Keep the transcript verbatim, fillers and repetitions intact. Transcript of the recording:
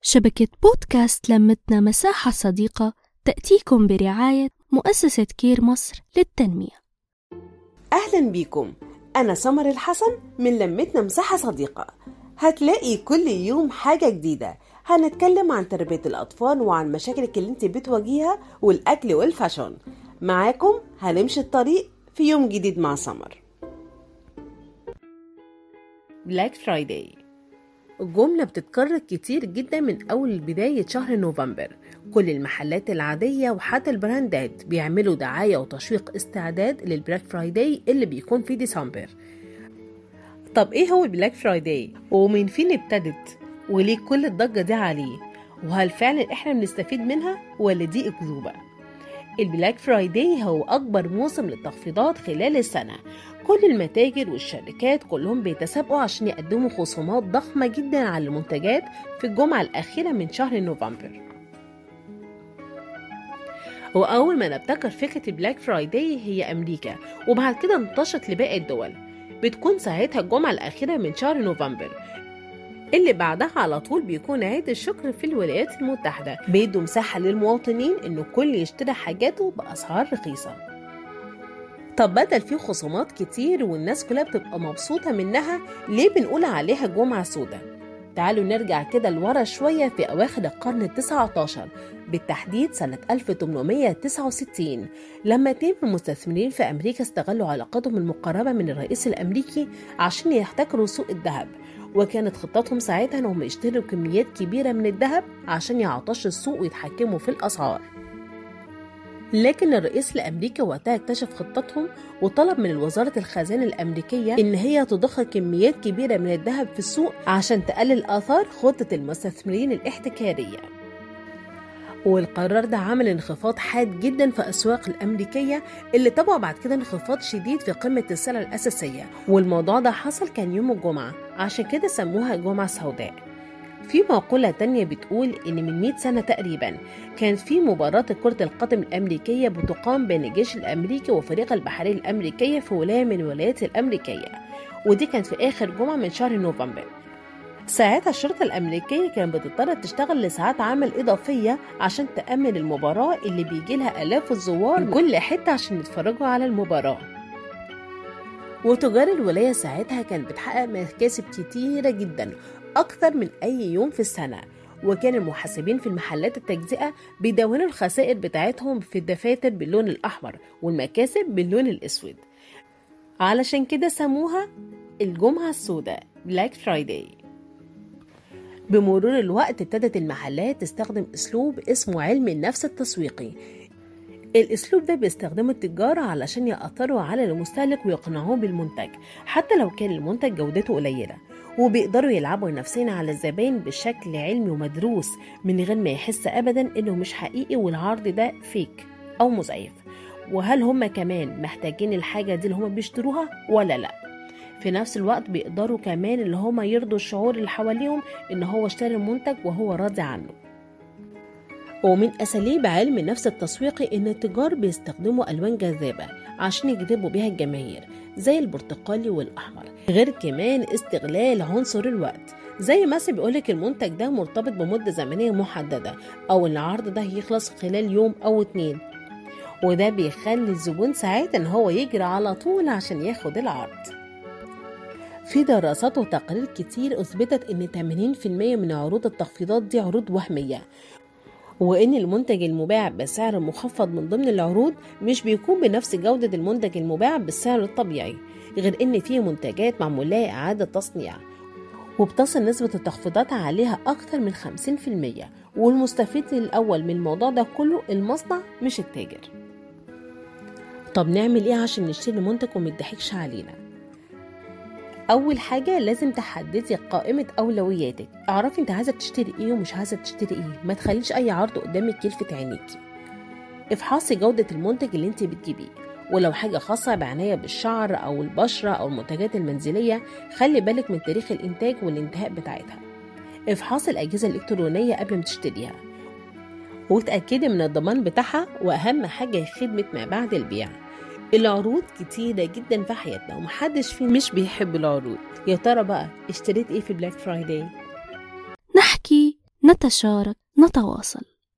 شبكة بودكاست لمتنا مساحة صديقة تأتيكم برعاية مؤسسة كير مصر للتنمية. أهلا بيكم، أنا سمر الحسن من لمتنا مساحة صديقة. هتلاقي كل يوم حاجة جديدة، هنتكلم عن تربية الأطفال وعن مشاكلك اللي انت بتواجهها والأكل والفاشون. معاكم هنمشي الطريق في يوم جديد مع سمر. بلاك فرايداي الجملة بتتكرر كتير جدا من أول بداية شهر نوفمبر. كل المحلات العادية وحتى البراندات بيعملوا دعاية وتشويق استعداد للبلاك فرايداي اللي بيكون في ديسمبر. طب ايه هو البلاك فرايداي ومن فين ابتدت وليه كل الضجة دي عليه، وهل فعلا احنا بنستفيد منها ولا دي اكذوبة؟ البلاك فرايداي هو أكبر موسم للتخفيضات خلال السنة. كل المتاجر والشركات كلهم بيتسابقوا عشان يقدموا خصومات ضخمة جدا على المنتجات في الجمعة الأخيرة من شهر نوفمبر. وأول ما نبتكر فكرة البلاك فرايداي هي أمريكا، وبعد كده انتشرت لباقي الدول. بتكون ساعتها الجمعة الأخيرة من شهر نوفمبر، اللي بعدها على طول بيكون عيد الشكر في الولايات المتحدة. بيدوا مساحة للمواطنين إنه كل يشتري حاجاته بأسعار رخيصة. طب بدل فيه خصومات كتير والناس كلها بتبقى مبسوطة منها، ليه بنقول عليها جمعة سودة؟ تعالوا نرجع كده لورا شوية في أواخر القرن التاسع عشر، بالتحديد سنة ألف وثمانمائة وتسعة وستين، لما اتنين من المستثمرين في أمريكا استغلوا علاقتهم المقربة من الرئيس الأمريكي عشان يحتكروا سوق الذهب. وكانت خطتهم ساعتها انهم يشتروا كميات كبيرة من الذهب عشان يعطشوا السوق ويتحكموا في الأسعار. لكن الرئيس الأمريكي وقتها اكتشف خطتهم وطلب من وزارة الخزانة الأمريكية إن هي تضخ كميات كبيرة من الذهب في السوق عشان تقلل آثار خطة المستثمرين الاحتكارية. والقرار ده عمل انخفاض حاد جدا في الأسواق الأمريكية، اللي تبعه بعد كده انخفاض شديد في قيمة السلع الأساسية. والموضوع ده حصل كان يوم الجمعة، عشان كده سموها جمعة سوداء. في مقولة تانية بتقول إن من مئة سنة تقريبا كان في مباراة كرة القدم الأمريكية بتقام بين الجيش الأمريكي وفريق البحرية الأمريكية في ولاية من الولايات الأمريكية، ودي كانت في آخر جمعة من شهر نوفمبر. ساعتها الشرطة الأمريكية كانت بتضطر تشتغل لساعات عمل إضافية عشان تأمن المباراة اللي بيجي لها آلاف الزوار من كل حتة عشان يتفرجوا على المباراة. وتجار الولاية ساعتها كانت بتحقق مكاسب كتيرة جدا، أكثر من أي يوم في السنة. وكان المحاسبين في المحلات التجزئة بيدونوا الخسائر بتاعتهم في الدفاتر باللون الأحمر والمكاسب باللون الأسود، علشان كده سموها الجمعة السوداء بلاك فرايداي. بمرور الوقت ابتدت المحلات تستخدم أسلوب اسمه علم النفس التسويقي. الأسلوب ده بيستخدمه التجار علشان يأثروا على المستهلك ويقنعوه بالمنتج حتى لو كان المنتج جودته قليلة، وبيقدروا يلعبوا نفسين على الزبائن بشكل علمي ومدروس من غير ما يحس أبدا إنه مش حقيقي والعرض ده فيك أو مزيف، وهل هم كمان محتاجين الحاجة دي اللي هم بيشتروها ولا لأ. في نفس الوقت بيقدروا كمان اللي هم يرضوا الشعور اللي حواليهم إن هو اشتري المنتج وهو راضي عنه. ومن أساليب علم النفس التسويقي إن التجار بيستخدموا ألوان جذابة عشان يجذبوا بيها الجماهير زي البرتقالي والأحمر، غير كمان استغلال عنصر الوقت، زي مثلا بيقولك المنتج ده مرتبط بمدة زمنية محددة أو العرض ده يخلص خلال يوم أو اتنين، وده بيخلي الزبون ساعات إن هو يجري على طول عشان ياخد العرض. في دراسات وتقارير كتير أثبتت إن ثمانين بالمئة من عروض التخفيضات دي عروض وهمية، وإن المنتج المباع بسعر مخفض من ضمن العروض مش بيكون بنفس جودة المنتج المباع بالسعر الطبيعي، غير إن فيه منتجات معمول لها إعادة تصنيع وبتصل نسبة التخفيضات عليها أكثر من خمسين بالمئة، والمستفيد الأول من الموضوع ده كله المصنع مش التاجر. طب نعمل إيه عشان نشتري منتج ومتضحكش علينا؟ أول حاجة لازم تحددي قائمة أولوياتك، اعرفي انت عايزة تشتري ايه ومش عايزة تشتري ايه، ما تخليش أي عرض قدامك يلفت عينيكي. افحصي جودة المنتج اللي انت بتجيبيه، ولو حاجة خاصة بعناية بالشعر أو البشرة أو المنتجات المنزلية خلي بالك من تاريخ الإنتاج والانتهاء بتاعتها. افحصي الأجهزة الإلكترونية قبل ما تشتريها وتأكدي من الضمان بتاعها، وأهم حاجة خدمة ما بعد البيع. العروض كتيرة جدا في حياتنا ومحدش فيه مش بيحب العروض. يا ترى بقى اشتريت ايه في بلاك فرايداي؟ نحكي نتشارك، نتواصل.